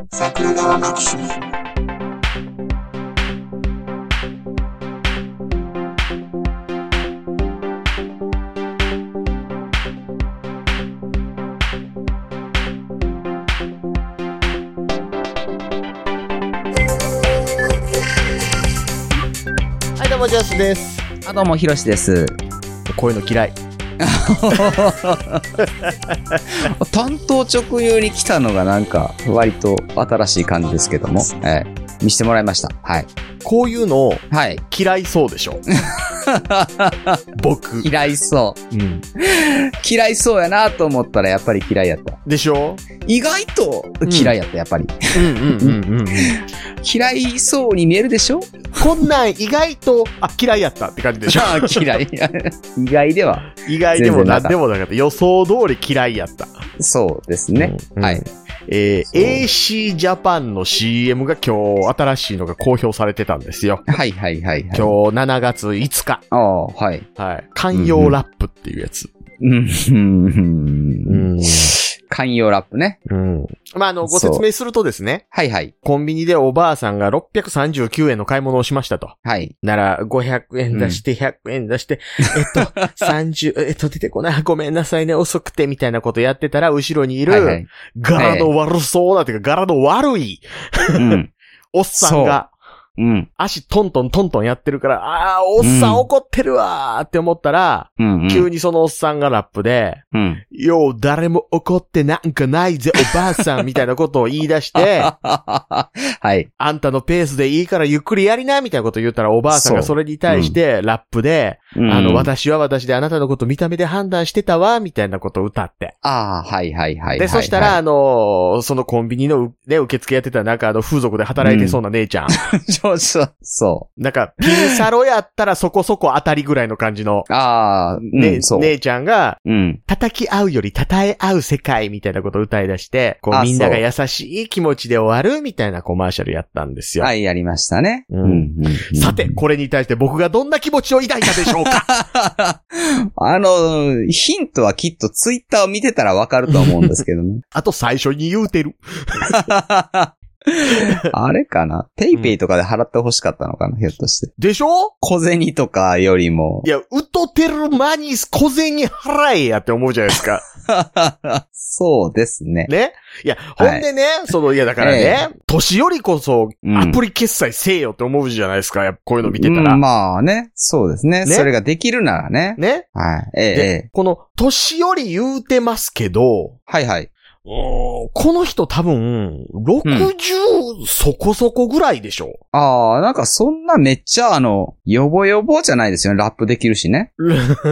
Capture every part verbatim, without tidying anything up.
桜川マキシム。 はい、どうもジャスです。 あ、どうもひろしです。 こういうの嫌い。 担当直入に来たのがなんか割と新しい感じですけども、えー、見せてもらいました。はい。 こういうの、 はい、 嫌いそうでしょ。僕嫌いそう、うん、嫌いそうやなと思ったらやっぱり嫌いやったでしょ。 意外と嫌いやった、うん、やっぱり嫌いそうに見えるでしょ。 こんなん意外とあ嫌いやったって感じでしょ。 嫌い意外では意外でもなんでもなかった。予想通り嫌いやった。そうですね、うん、はい。 えー、エーシー ジャパンの シーエム が今日新しいのが公表されてたんですよ。 はいはいはい、はい。 今日しちがついつか。 ああ、はい。 はい。寛容ラップっていうやつ。 うん。うん。寛容ラップね。 うん。まあ、あの、ご説明するとですね。 はいはい。 コンビニでおばあさんがろっぴゃくさんじゅうきゅうえんの買い物をしましたと。 はい。 なら、ごひゃくえん出して、ひゃくえん出して、うん、えっと、さんじゅう、えっと、出てこない。ごめんなさいね、遅くて、みたいなことやってたら、後ろにいる、はいはい、柄の悪そうな、というか、柄の悪い、うん、おっさんが、うん。足トントントントンやってるから、ああ、おっさん怒ってるわーって思ったら、うんうん、急にそのおっさんがラップで、うん、よう、誰も怒ってなんかないぜ、おばあさんみたいなことを言い出して、はい。あんたのペースでいいからゆっくりやりな、みたいなことを言ったらおばあさんがそれに対して、ラップで、うん、あの、私は私であなたのこと見た目で判断してたわ、みたいなことを歌って。 ああ、はいはいはいはい。 で、そしたら、あの、そのコンビニのね、受付やってたなんかあの、風俗で働いてそうな姉ちゃん。 うんそうそう。 なんか、ピンサロやったらそこそこ当たりぐらいの感じの。 ああ、 ね、 うん、そう。 姉ちゃんが、うん。叩き合うより称え合う世界みたいなことを歌い出して、こうみんなが優しい気持ちで終わるみたいなコマーシャルやったんですよ。 はい、やりましたね。 うん。うんうん、さて、これに対して僕がどんな気持ちを抱いたでしょうか。 あの、ヒントはきっとツイッターを見てたらわかると思うんですけどね。 あと最初に言うてる。 あれかなペイペイとかで払って欲しかったのかな、うん、ひょっとして。 でしょ小銭とかよりも。 いや、うとてる間に小銭払えやって思うじゃないですか。 そうですね。 ねいや、ほんでね、はい、その、いやだからね、えー、年寄りこそアプリ決済せえよって思うじゃないですか、やっぱこういうの見てたら。 うん、まあね、そうですね。ねそれができるならね。 ねはい。ええで、この、年寄り言うてますけど、 はいはい。 この人多分、ろくじゅうそこそこぐらいでしょ、うん、 ああ、なんかそんなめっちゃあの、よぼよぼじゃないですよね。ラップできるしね。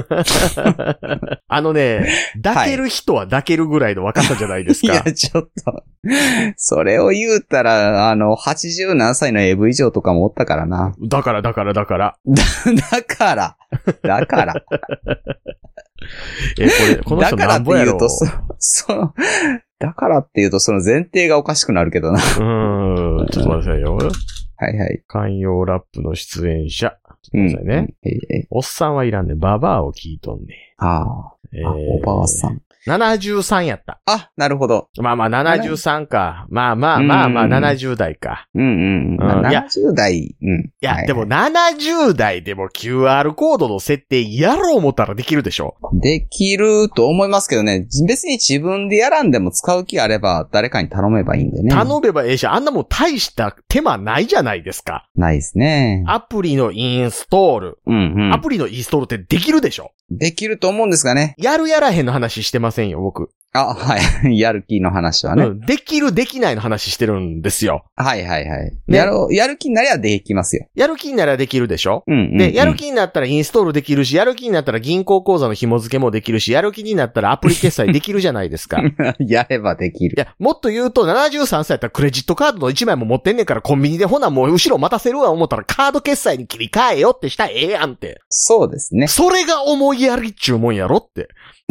あのね、抱ける人は抱けるぐらいの若さじゃないですか。 いや、ちょっと。それを言うたら、あの、はちじゅうなんさいの エーブイ 以上とかもおったからな。 だから、だから、だから。 だ、だから。だから。 え、これ、この人なんぼやろ。 だからって言うと、そ、その、だからって言うとその前提がおかしくなるけどな。うーん、ちょっと待ってくださいよ。 はいはい。 寛容ラップの出演者。ちょっと待ってくださいね。うんえー、おっさんはいらんね。ババアを聞いとんね。 ああ、えー。おばあさん。 ななじゅうさんやった。 あ、なるほど。 まあまあななじゅうさんか。まあまあまあまあななじゅう代か。 うんうんうん。うん、ななじゅう代。うん。 いや、はいはい、でもななじゅう代でも キューアール コードの設定やろう思ったらできるでしょ。 できると思いますけどね。別に自分でやらんでも使う気あれば誰かに頼めばいいんでね。 頼めばええし、あんなもん大した手間ないじゃないですか。 ないですね。 アプリのインストール。 うんうん。 アプリのインストールってできるでしょ。 できると思うんですがね。 やるやらへんの話してませんよ、僕。 あ、はい。やる気の話はね、うん。 できるできないの話してるんですよ。 はいはいはい。ね、やろう、やる気になりゃできますよ。 やる気になりゃできるでしょ、 うんうんうん、 で、やる気になったらインストールできるし、やる気になったら銀行口座の紐付けもできるし、やる気になったらアプリ決済できるじゃないですか。 やればできる。 いや、もっと言うとななじゅうさんさいやったらクレジットカードのいちまいも持ってんねんからコンビニでほなもう後ろ待たせるわ思ったらカード決済に切り替えよってしたらええやんって。 そうですね。 それが思いやりっちゅうもんやろって。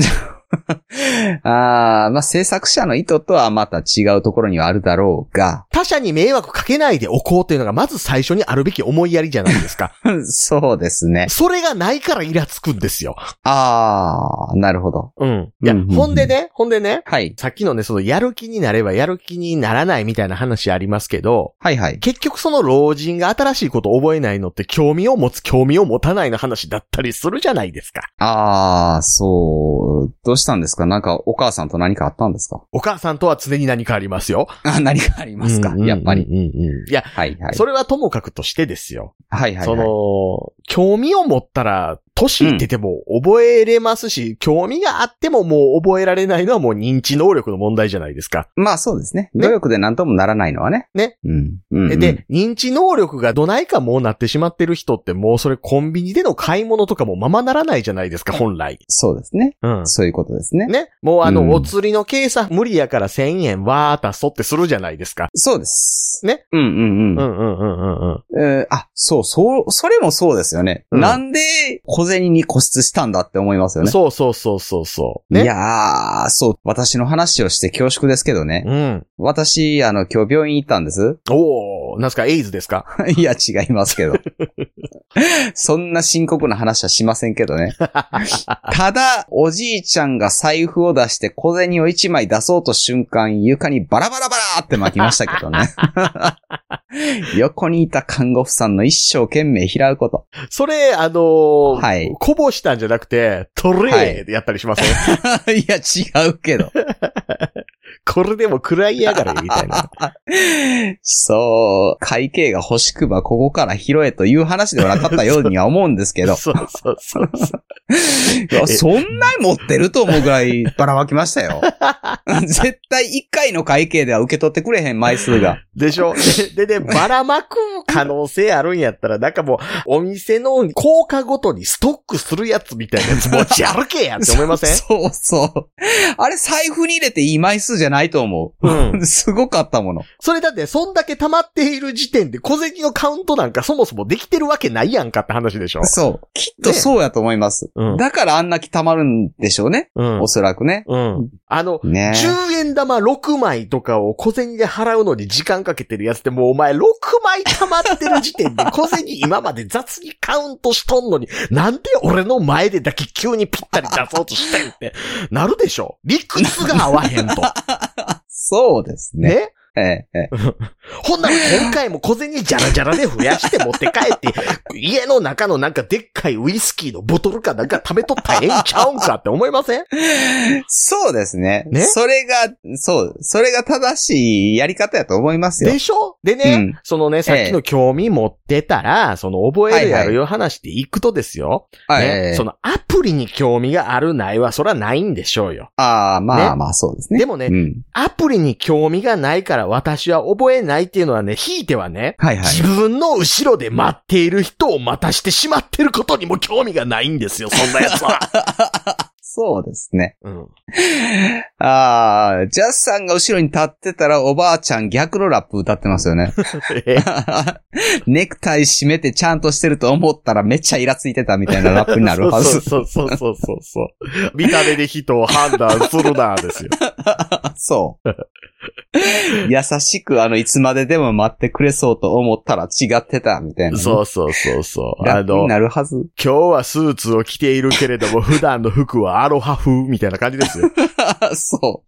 あー、まあ、制作者の意図とはまた違うところにはあるだろうが。 他者に迷惑かけないでおこうというのがまず最初にあるべき思いやりじゃないですか。 そうですね。 それがないからイラつくんですよ。 あー、なるほど。 うん。いや、うんうんうん、ほんでね、ほんでね。 はい。 さっきのね、そのやる気になればやる気にならないみたいな話ありますけど。 はいはい。 結局その老人が新しいことを覚えないのって興味を持つ、興味を持たないの話だったりするじゃないですか。 あー、そう。どうしたんですか？なんかお母さんと何かあったんですか？ お母さんとは常に何かありますよ。 あ、何かありますか、うんうんうんうん、やっぱり。 うんうん、いや、はいはい。それはともかくとしてですよ。 はいはいはい。 その、興味を持ったら、年いってても覚えれますし、うん、興味があってももう覚えられないのはもう認知能力の問題じゃないですか。 まあそうですね。努力で何ともならないのはね。 ね。 うん。うんうん、 で、認知能力がどないかもうなってしまってる人ってもうそれコンビニでの買い物とかもままならないじゃないですか、本来。 そうですね。 うん。 そういうことですね。 ね。もうあの、うん、お釣りの計算無理やからせんえんわーたそってするじゃないですか。 そうです。 ね。 うんうんうん。 うんうんうんうんうん。 えー、あ、そう、そう、それもそうですよね。うん、なんで小銭に固執したんだって思いますよね。 そうそうそうそうそう。ね。 いやー、そう、私の話をして恐縮ですけどね。 うん。 私、あの、今日病院行ったんです。 おー、なんすか、エイズですか？ いや、違いますけど。そんな深刻な話はしませんけどね。ただ、おじいちゃんが財布を出して小銭をいちまい出そうと瞬間、床にバラバラバラって巻きましたけどね。横にいた看護婦さんの一生懸命拾うこと。 それ、あのー、 はい。 こぼしたんじゃなくて、トレーでやったりしません？ はい、いや、違うけど。 これでも食らいやがれ、みたいな。 そう、会計が欲しくばここから拾えという話ではなかったようには思うんですけど。 そうそうそうそう。 いや、そんなに持ってると思うぐらいばらまきましたよ。絶対いっかいの会計では受け取ってくれへん枚数が。 でしょ？で、で、で、ばらまく可能性あるんやったら、なんかもう、お店の効果ごとにストックするやつみたいなやつ持ち歩けやって思いません？ そうそう。あれ財布に入れていい枚数じゃないと思う。うん。すごかったもの。 それだって、そんだけ溜まっている時点で小銭のカウントなんかそもそもできてるわけないやんかって話でしょ？ そう。きっとそうやと思います。ね、うん、だからあんなき溜まるんでしょうね。うん。おそらくね。 うん。あの、ね、じゅうえん玉ろくまいとかを小銭で払うのに時間かけてるやつってもうお前ろくまい溜まってる時点で小銭今まで雑にカウントしとんのになんで俺の前でだけ急にぴったり出そうとしてんってなるでしょ？理屈が合わへんと。 そうですね。 ね？ ええ、ええ。 ほんなら今回も小銭ジャラジャラで増やして持って帰って、家の中のなんかでっかいウイスキーのボトルかなんか食べとったらええんちゃうんかって思いません？ そうですね。 ね。 それが、そう、それが正しいやり方やと思いますよ。 でしょ？でね、うん、そのね、さっきの興味持ってたら、ええ、その覚えるやるよ話でいくとですよ。 はいはい、 ね、 ええ、 そのアプリに興味があるないはそらないんでしょうよ。 ああ、まあまあそうですね。 でもね、うん、アプリに興味がないから私は覚えないっていうのはね、ひいてはね、 はいはい、 自分の後ろで待っている人を待たしてしまってることにも興味がないんですよ、そんなやつは。 そうですね。 うん。 ああ、ジャスさんが後ろに立ってたらおばあちゃん逆のラップ歌ってますよね。ネクタイ締めてちゃんとしてると思ったらめっちゃイラついてたみたいなラップになるはず。 そうそうそうそうそう。見た目で人を判断するなですよ。 そう。優しくあのいつまででも待ってくれそうと思ったら違ってたみたいな、ね。 そうそうそうそう。 ラップになるはず。 今日はスーツを着ているけれども普段の服はアロハ風みたいな感じですよ。 そう。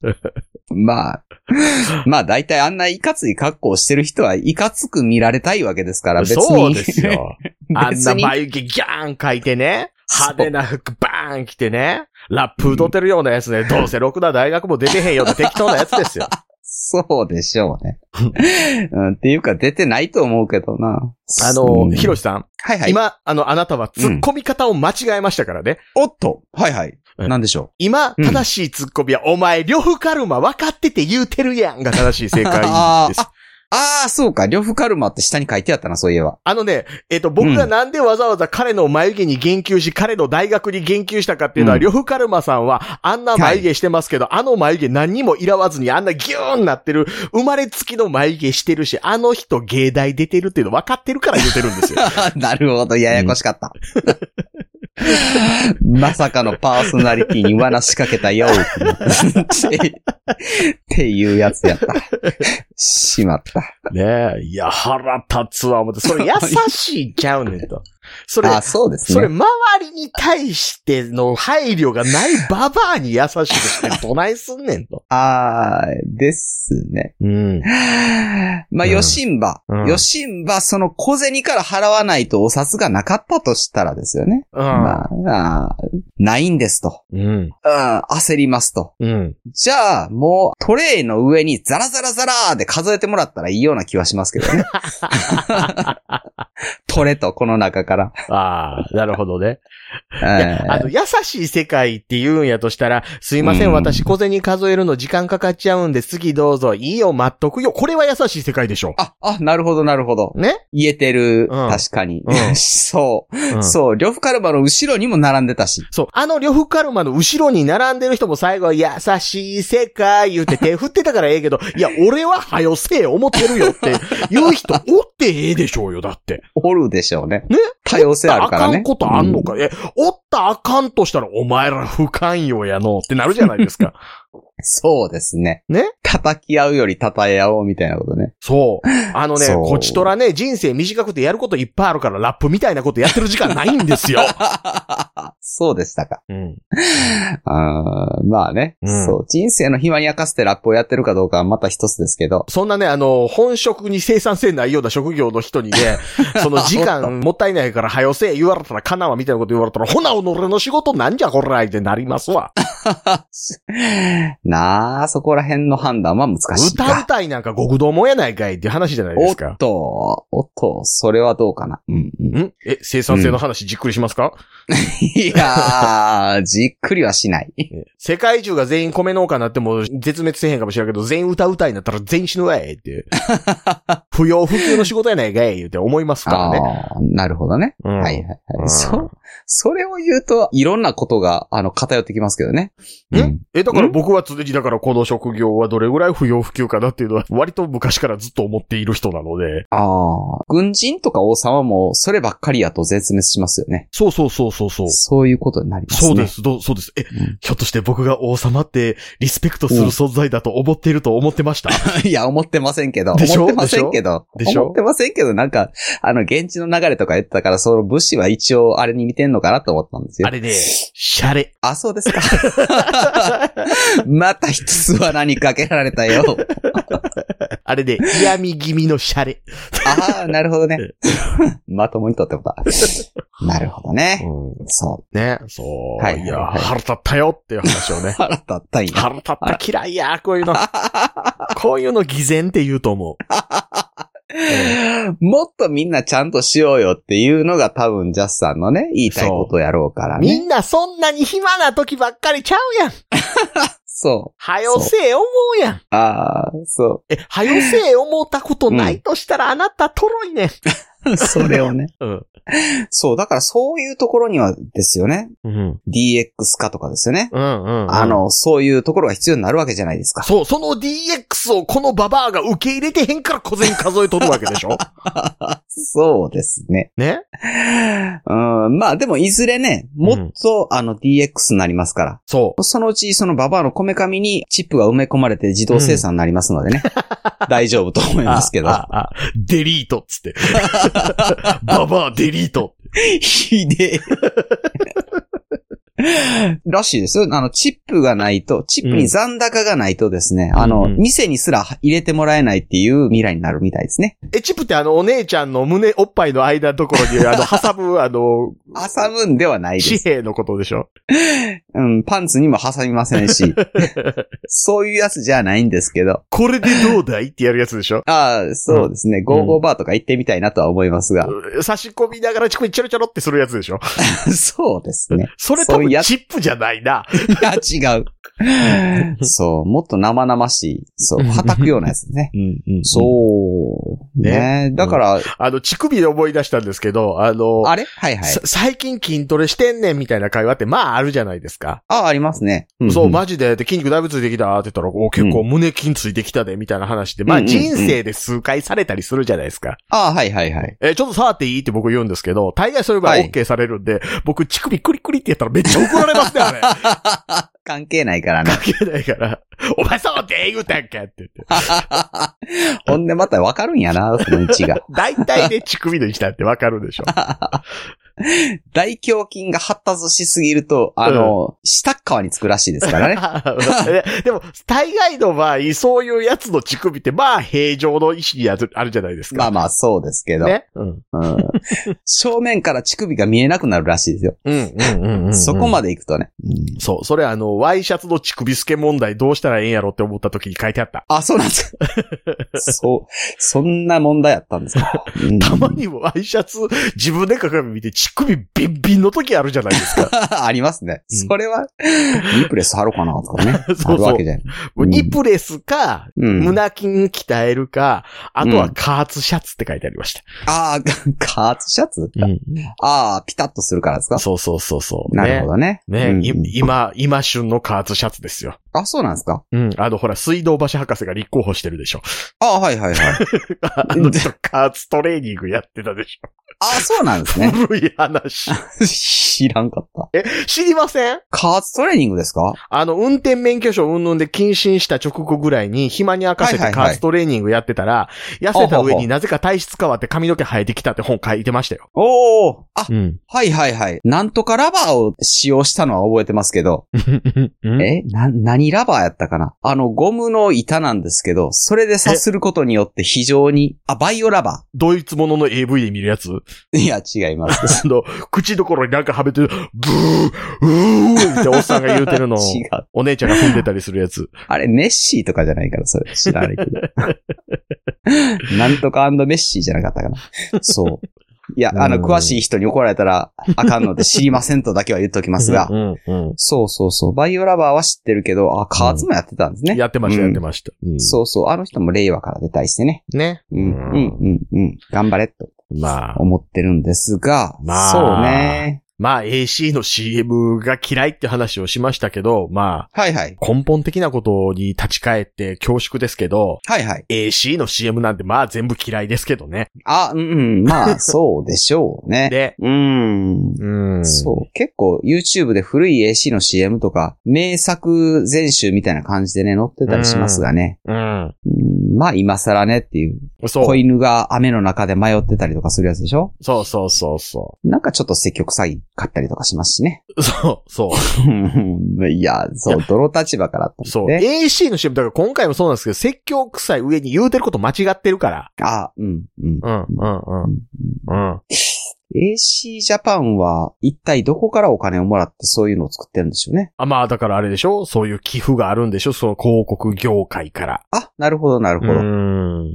まあ、まあ大体あんないかつい格好をしてる人はいかつく見られたいわけですから別に。 そうですよ。あんな眉毛ギャーン描いてね。派手な服バーン着てね。ラップ歌ってるようなやつね。どうせろくな大学も出てへんような適当なやつですよ。 そうでしょうね、うん。っていうか出てないと思うけどな。 あの、ひろしさん。 はいはい。 今、あの、あなたは突っ込み方を間違えましたからね。 うん、おっと。はいはい。なんでしょう。 今、正しい突っ込みは、うん、お前、呂布カルマ分かってて言うてるやんが正しい正解です。 ああ、そうか。呂布カルマって下に書いてあったな、そういえば。 あのね、えっと、僕がなんでわざわざ彼の眉毛に言及し、うん、彼の大学に言及したかっていうのは、呂布カルマさんは、あんな眉毛してますけど、はい、あの眉毛何にもいらわずに、あんなギューンなってる、生まれつきの眉毛してるし、あの人芸大出てるっていうの分かってるから言ってるんですよ。 なるほど、ややこしかった。 まさかのパーソナリティに罠仕掛けたよって、っていうやつやった。しまった。 ねえ、いや、腹立つわ、思って、それ優しいちゃうねんと。それ、 あ、そうですね。 それ周りに対しての配慮がないババアに優しくしてどないすんねんと。 あー、ですね。 うん。 まあ、ヨシンバ。 うん、 ヨシンバ、その小銭から払わないとお札がなかったとしたらですよね。 うん。 まあ、あないんですと。 うん。うん。 焦りますと。 うん。 じゃあ、もうトレイの上にザラザラザラーで数えてもらったらいいような気はしますけどね。トレとこの中から。 ああ、なるほどね。 えー、 あの、優しい世界って言うんやとしたら、すいません、うん、私小銭数えるの時間かかっちゃうんで、次どうぞ、いいよ、待っとくよ。これは優しい世界でしょ。 あ、あ、なるほど、なるほど。 ね言えてる。 うん、 確かに。 うん、 そう、 うん。 そう。呂布カルマの後ろにも並んでたし。 そう。あの呂布カルマの後ろに並んでる人も最後は優しい世界言って手振ってたからええけど、いや、俺ははよせえ思ってるよって言う人おってええでしょうよ、だって。 おるでしょうね。 ね多様性あるからね。 あかんことあんのか、うん、え、おったあかんとしたらお前ら不寛容やのってなるじゃないですか。 そうですね。 ね叩き合うより称え合おうみたいなことね。 そう。あのね、こちとらね、人生短くてやることいっぱいあるからラップみたいなことやってる時間ないんですよ。 そうでしたか。 うん。 あまあね、うん。そう。人生の暇に明かしてラップをやってるかどうかはまた一つですけど。 そんなね、あの、本職に生産性ないような職業の人にね、その時間もったいないから早よせ言われたらかなわみたいなこと言われたら、ほな、俺の仕事なんじゃこらいってなりますわ。 なあ、そこら辺の判断は難しいか。 歌うたいなんか極道もやないかいっていう話じゃないですか。 おっと、おっと、それはどうかな。うんうん、 んえ、生産性の話じっくりしますか、 うん、いやー、じっくりはしない。 世界中が全員米農家になっても絶滅せへんかもしれんけど、全員歌うたいになったら全員死ぬわいって。不要不急の仕事やないかい言って思いますからね。 あなるほどね。うん、はいはいはい、 うん。 そ、それを言うと、いろんなことが、あの、偏ってきますけどね。 うん、え、だから僕は常にだからこの職業はどれぐらい不要不急かなっていうのは割と昔からずっと思っている人なので。 ああ。軍人とか王様もそればっかりやと絶滅しますよね。 そうそうそうそうそう。 そういうことになりますね。 そうです、どそうです。え、うん、ひょっとして僕が王様ってリスペクトする存在だと思っていると思ってました？ いや、思ってませんけど。 でしょ？ 思ってませんけど。 でしょ？ 思ってませんけど、なんか、あの、現地の流れとか言ってたから、その武士は一応あれに似てんのかなと思ったんですよ。 あれね、シャレ。 あ、そうですか。また一つ罠にかけられたよ。 あれで、嫌味気味のシャレ。 ああ、なるほどね。まともにとってこと。なるほどね。うん、そう。 ね、そう。 はい。 いや、腹立ったよっていう話をね。 腹立ったんや。 腹立った嫌いや、こういうの。こういうの偽善って言うと思う。 もっとみんなちゃんとしようよっていうのが多分ジャスさんのね、言いたいことやろうからね。 みんなそんなに暇な時ばっかりちゃうやん。 そう。 はよせえ思うやん。 ああ、そう。 え、はよせえ思ったことないとしたらあなたとろいねん。 それをね。 うん。 そう、だからそういうところにはですよね。 うん。 ディーエックス 化とかですよね。 うんうん、うん。 あの、そういうところが必要になるわけじゃないですか。 そう、その ディーエックス をこのババアが受け入れてへんから小銭数えとるわけでしょ。 そうですね。 ね。 うん、まあでもいずれね、もっと、うん、あの ディーエックス になりますから。 そう。 そのうちそのババアのこめかみにチップが埋め込まれて自動生産になりますのでね。うん、大丈夫と思いますけど。 あ、あ、あ、デリートっつって。ババアデリート。 ひでえ。らしいですよ。あの、チップがないと、チップに残高がないとですね、うん、あの、うん、店にすら入れてもらえないっていう未来になるみたいですね。 え、チップってあの、お姉ちゃんの胸、おっぱいの間のところに、あの、挟む、あの、 挟むんではないです。 紙幣のことでしょ？ うん、パンツにも挟みませんし、そういうやつじゃないんですけど。 これでどうだいってやるやつでしょ？ ああ、そうですね。うん、ゴーゴーバーとか行ってみたいなとは思いますが。 差し込みながらチップにチョロチョロってするやつでしょ？ そうですね。 それ多分分チップじゃないな。 いや、違う。そう、もっと生々しい。そう、はたくようなやつね。 うんうんうん、 そう。ね。ねだから、うん、 あの、乳首で思い出したんですけど、あの、 あれはいはい。 最近筋トレしてんねんみたいな会話って、まああるじゃないですか。 ああ、ありますね。 うんうん、そう、マジで、で筋肉だいぶついてきたって言ったら、お結構胸筋ついてきたで、みたいな話で、まあ人生で数回されたりするじゃないですか。 ああ、はいはいはい。 えー、ちょっと触っていいって僕言うんですけど、大概それは OK されるんで、はい、僕乳首クリクリってやったらめっちゃ怒られますね、あれ。 関係ないからね。 関係ないから。お前そうって言うたんかって言って。 ほんでまたわかるんやな、その位置が。 大体ね、乳首の位置だってわかるでしょ。 大胸筋が発達しすぎると、あの、うん、下っ側につくらしいですからね。 でも、大概の場合、そういうやつの乳首って、まあ、平常の意識にあるじゃないですか。 まあまあ、そうですけど。ね。うんうん、正面から乳首が見えなくなるらしいですよ。うんうんうんうん、そこまで行くとね。 うん、そう。それあの、ワイシャツの乳首透け問題どうしたらええんやろって思った時に書いてあった。 あ、そうなんですか。そう。そんな問題あったんですか。 うん、たまにもワイシャツ、自分で鏡見て乳首ビンビンの時あるじゃないですか。 ありますね。うん、それは、ニプレス貼ろうかなとかね。そうそう。あるわけじゃない。 うん、ニプレスか、うん、胸筋鍛えるか、あとは加圧シャツって書いてありました。 うん、ああ、加圧シャツ、うん、ああ、ピタッとするからですか？ そうそうそうそう。 なるほどね。 ね、うん、今、今旬の加圧シャツですよ。 あ、そうなんですか？ うん。あの、ほら、水道橋博士が立候補してるでしょ。 ああ、はいはいはい。 あの人、加圧トレーニングやってたでしょ。 ああ、そうなんですね。 古い話。 知らんかった。 え、知りません？ 加圧トレーニングですか？ あの、運転免許証云々で謹慎した直後ぐらいに暇に明かせて加圧トレーニングやってたら、はいはいはい、痩せた上になぜか体質変わって髪の毛生えてきたって本書いてましたよ。 おー。あ、うん、はいはいはい。なんとかラバーを使用したのは覚えてますけど。えな、何ラバーやったかな？あの、ゴムの板なんですけど、それで擦することによって非常に、あ、バイオラバー。 ドイツものの エーブイ で見るやつ？ いや、違います。 あの、口どころになんかはめてる、ブー、うーっておっさんが言うてるのを、違う。お姉ちゃんが踏んでたりするやつ。 あれ、メッシーとかじゃないから、それ。知らないけど。なんとか&メッシーじゃなかったかな。そう。いや、あの、詳しい人に怒られたらあかんので知りませんとだけは言っておきますが。うんうんうん、そうそうそう。バイオラバーは知ってるけど、あ、加圧もやってたんですね。 うん、やってました、やってました、 うん。そうそう。あの人も令和から出たりしてね。 ね。 うん、うん、うん、うん。頑張れと。まあ。思ってるんですが。まあ。そうね。 まあ エーシー の シーエム が嫌いって話をしましたけど、まあ。 はいはい。 根本的なことに立ち返って恐縮ですけど。 はいはい。 エーシー の シーエム なんてまあ全部嫌いですけどね。 あ、うん、まあそうでしょうね。 で。 うん。うん。そう。結構 YouTube で古い エーシー の シーエム とか、名作全集みたいな感じでね、載ってたりしますがね。うん。うんまあ今更ねっていう。そう。子犬が雨の中で迷ってたりとかするやつでしょ？ そうそうそうそう。 なんかちょっと積極臭いかったりとかしますしね。 そう、そう。 いや、そう、どの立場からと。 そう。エーシー の シーエム、だから今回もそうなんですけど、説教臭い上に言うてること間違ってるから。 あ、うん、うん。うん、うん、うん。うん。エーシー ジャパンは一体どこからお金をもらってそういうのを作ってるんでしょうね。 あ、まあだからあれでしょ？そういう寄付があるんでしょ？その広告業界から。 あ、なるほどなるほど。うーん。 うん。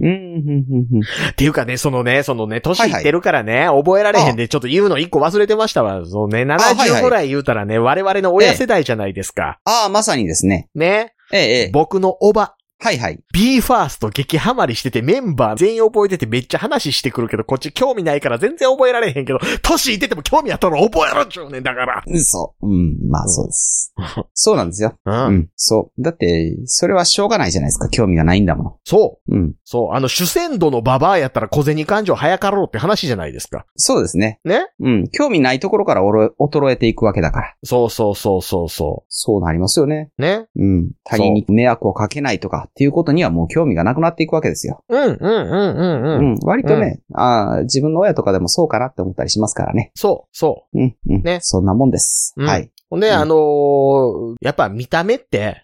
っていうかね、そのね、そのね、年いってるからね、はいはい、覚えられへんでちょっと言うの一個忘れてましたわ。そうね、ななじゅうぐらい言うたらね、はいはい、我々の親世代じゃないですか。 ええ、ああ、まさにですね。 ね。 ええ、ええ。 僕のおば。 はいはい。 ビーファースト激ハマりしててメンバー全員覚えててめっちゃ話してくるけどこっち興味ないから全然覚えられへんけど、年いってても興味あったら覚えろっちゅうねんだから。 そう。うん、まあそうです。うん、そうなんですよ、うん。うん。そう。だって、それはしょうがないじゃないですか。興味がないんだもん。 そう。うん。そう。あの、主戦度のババアやったら小銭感情早かろうって話じゃないですか。 そうですね。 ね？ うん。興味ないところから衰えていくわけだから。 そうそうそうそうそう。 そうなりますよね。 ね？ うん。他人に迷惑をかけないとかっていうことにはもう興味がなくなっていくわけですよ。 うん、うん、うん、うん、 うん。割とね、うん、あ自分の親とかでもそうかなって思ったりしますからね。 そう、そう。 うん、うん。ね。そんなもんです。うん、はい。 ほんで、うん、あのー、やっぱ見た目って、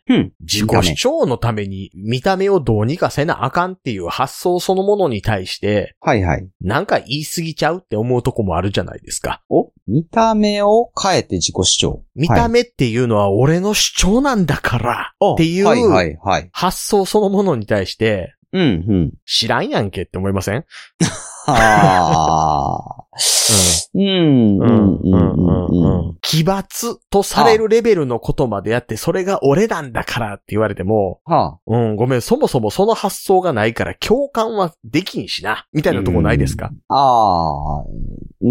うん、 自己主張のために見た目をどうにかせなあかんっていう発想そのものに対して、 はいはい。 なんか言い過ぎちゃうって思うとこもあるじゃないですか。 お見た目を変えて自己主張。 見た目っていうのは俺の主張なんだからっていう発想そのものに対して、 うんうん、 知らんやんけって思いません？ ああ。うん。うん。うん。うん。 奇抜とされるレベルのことまでやって、それが俺なんだからって言われても、はあ、うん、ごめん、そもそもその発想がないから共感はできんしな、みたいなとこないですか？ うん、ああ、うん、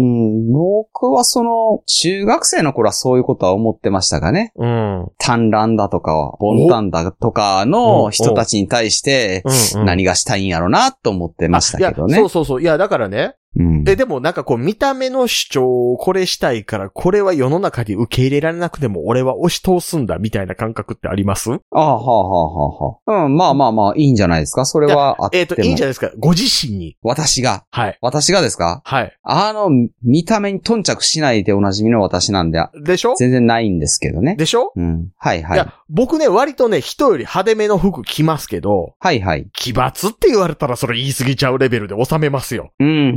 僕はその、中学生の頃はそういうことは思ってましたがね。うん。単乱だとか、ボンタンだとかの人たちに対して、何がしたいんやろなと思ってましたけどね。 いや、そうそうそう。いや、だからね。うん、え、でもなんかこう見た目の主張をこれしたいからこれは世の中に受け入れられなくても俺は押し通すんだみたいな感覚ってあります？ああ、はあ、はあ、はあ。うん、まあまあまあいいんじゃないですか。それはあっても。 えっ、ー、と、いいんじゃないですか。ご自身に。 私が。 はい。 私がですか？ はい。 あの、見た目に頓着しないでおなじみの私なんで。 でしょ？ 全然ないんですけどね。 でしょ？ うん。はいはい。いや、 僕ね、割とね、人より派手めの服着ますけど。 はいはい。 奇抜って言われたらそれ言い過ぎちゃうレベルで収めますよ。 うん、うん、うん、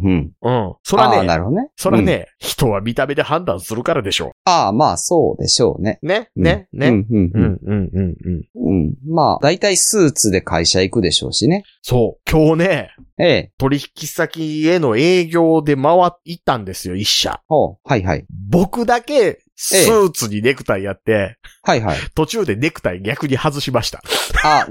うん。 うん。そらね、 あ、なるほどね。 そらね、うん、人は見た目で判断するからでしょう。 ああ、まあそうでしょうね。 ね、ね、ね。うん、うん、うん、うん、うん。 うん。まあ、だいたいスーツで会社行くでしょうしね。 そう。今日ね、 ええ。 取引先への営業で回ったんですよ、一社。 ほう。はいはい。 僕だけ、スーツにネクタイやって、ええ、 はいはい。 途中でネクタイ逆に外しました。 あ、うん。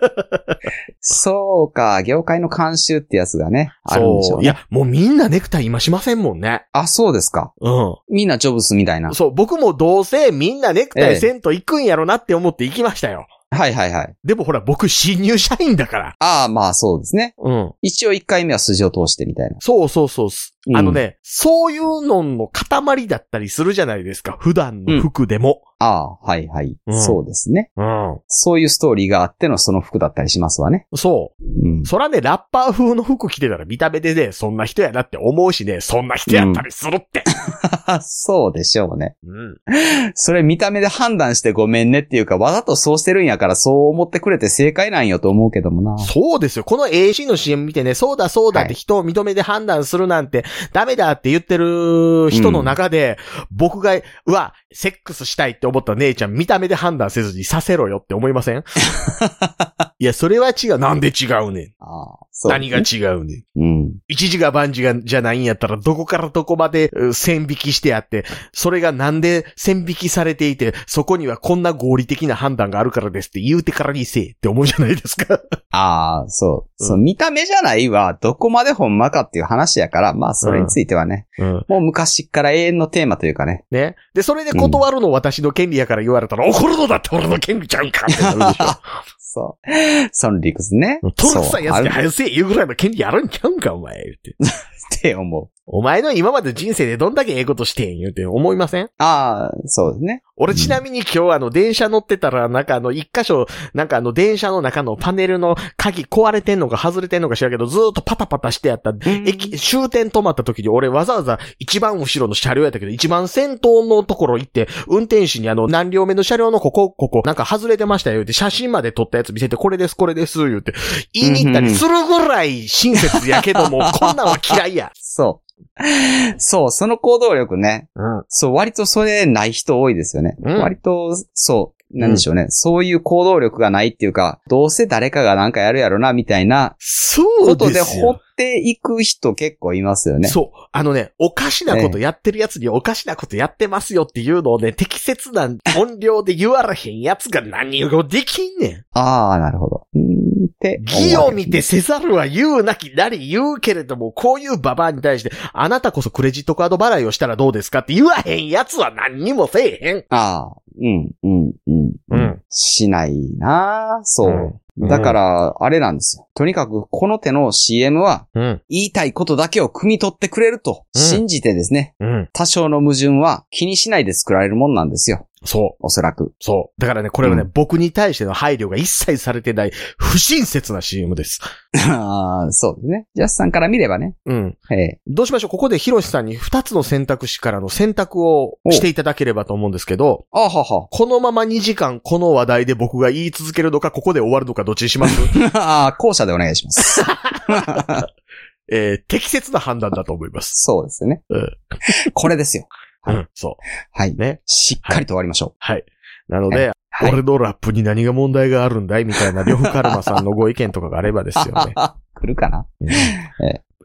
そうか、業界の慣習ってやつがね、あるんでしょうね。 いや、もうみんなネクタイ今しませんもんね。 あ、そうですか。 うん。 みんなジョブスみたいな。 そう、僕もどうせみんなネクタイせんと行くんやろなって思って行きましたよ。 はいはいはい。 でもほら、僕新入社員だから。 ああ、まあそうですね。うん。一応一回目は筋を通してみたいな。 そうそうそう。うん、あのね、そういうのの塊だったりするじゃないですか。普段の服でも。 うん、ああ、はいはい、うん。そうですね。 うん。 そういうストーリーがあってのその服だったりしますわね。 そう。うん。そらね、ラッパー風の服着てたら見た目でね、そんな人やなって思うしね、そんな人やったりするって。 うん、そうでしょうね。 うん。 それ見た目で判断してごめんねっていうか、わざとそうしてるんやからそう思ってくれて正解なんよと思うけどもな。 そうですよ。この エーシー の シーエム 見てね、そうだそうだって人を認めて判断するなんて、ダメだって言ってる人の中で、うん、僕が、うわ、セックスしたいって思った姉ちゃん見た目で判断せずにさせろよって思いません？いや、それは違う。なんで違うねん。 ああ、そう、ね。 何が違うねん。うん。 一時が万事がじゃないんやったら、どこからどこまで線引きしてあって、それがなんで線引きされていて、そこにはこんな合理的な判断があるからですって言うてからにせえって思うじゃないですか。 ああ、そう。そう、見た目じゃないわ。どこまでほんまかっていう話やから、まあそれについてはね。うんうん、もう昔から永遠のテーマというかね。 ね。で、それで断るの私の権利やから言われたら、うん、怒るのだって俺の権利ちゃうんかってなるでしょ。 そう。その理屈ね。 トルさんやつに早せえ言うぐらいの権利あるんちゃうんか、お前。って。 って思う。 お前の今まで人生でどんだけええことしてん言うて思いません？ ああ、そうですね。 俺ちなみに今日あの電車乗ってたらなんかあの一箇所なんかあの電車の中のパネルの鍵壊れてんのか外れてんのか知らんけどずーっとパタパタしてやった駅終点止まった時に俺わざわざ一番後ろの車両やったけど一番先頭のところ行って運転手にあの何両目の車両のここここなんか外れてましたよ言うて写真まで撮ったやつ見せてこれですこれです言うて言いに行ったりするぐらい親切やけどもこんなんは嫌いや。 そう。そう、その行動力ね。うん。そう、割とそれない人多いですよね。うん、割と、そう、なんでしょうね、うん。そういう行動力がないっていうか、どうせ誰かがなんかやるやろな、みたいな。 そうですよ。 ことで掘っていく人結構いますよね。 そう。あのね、おかしなことやってるやつにおかしなことやってますよっていうのをね、適切な音量で言われへんやつが何をできんねん。 ああ、なるほど。 義を見てせざるは言うなきなり言うけれども、こういうババアに対して、あなたこそクレジットカード払いをしたらどうですかって言わへんやつは何にもせえへん。 ああ、うん、うん、うん。うん。しないなそう。うんだから、あれなんですよ。とにかく、この手の シーエム は、言いたいことだけを汲み取ってくれると、信じてですね、うん、多少の矛盾は気にしないで作られるもんなんですよ。 そう。 おそらく。 そう。だからね、これはね、うん、僕に対しての配慮が一切されてない、不親切な シーエム です。 ああ、そうですね。ジャスさんから見ればね。 うん。ええ、どうしましょうここでヒロシさんに二つの選択肢からの選択をしていただければと思うんですけど、 あはは。 このままにじかんこの話題で僕が言い続けるのか、ここで終わるのか、どっちにしますああ、後者でお願いします。 えー、適切な判断だと思います。 そうですね。うん、これですよ。 はい、うん、そう。 はい。ね。しっかりと終わりましょう。 はい。はい、なので、はい、俺のラップに何が問題があるんだいみたいな、呂布カルマさんのご意見とかがあればですよね。 来るかな、うんえ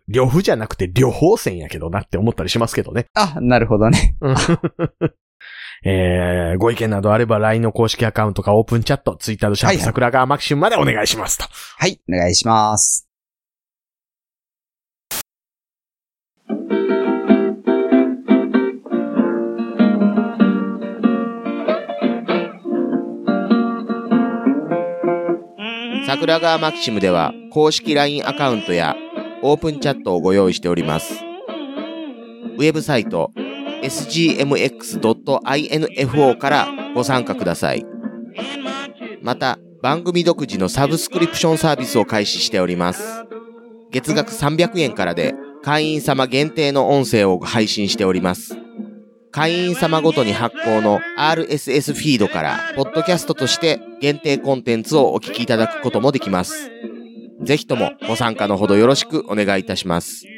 呂布じゃなくて呂方線やけどなって思ったりしますけどね。 あ、なるほどね。 えー、ご意見などあれば ライン の公式アカウントかオープンチャット、Twitter のシャープ桜川マキシムまでお願いしますと。 はい、お願いします。 桜川マキシムでは公式 ライン アカウントやオープンチャットをご用意しております。ウェブサイト エスジーエムエックスドットインフォー からご参加ください。また、番組独自のサブスクリプションサービスを開始しております。月額さんびゃくえんからで会員様限定の音声を配信しております。会員様ごとに発行の アールエスエス フィードからポッドキャストとして限定コンテンツをお聞きいただくこともできます。ぜひともご参加のほどよろしくお願いいたします。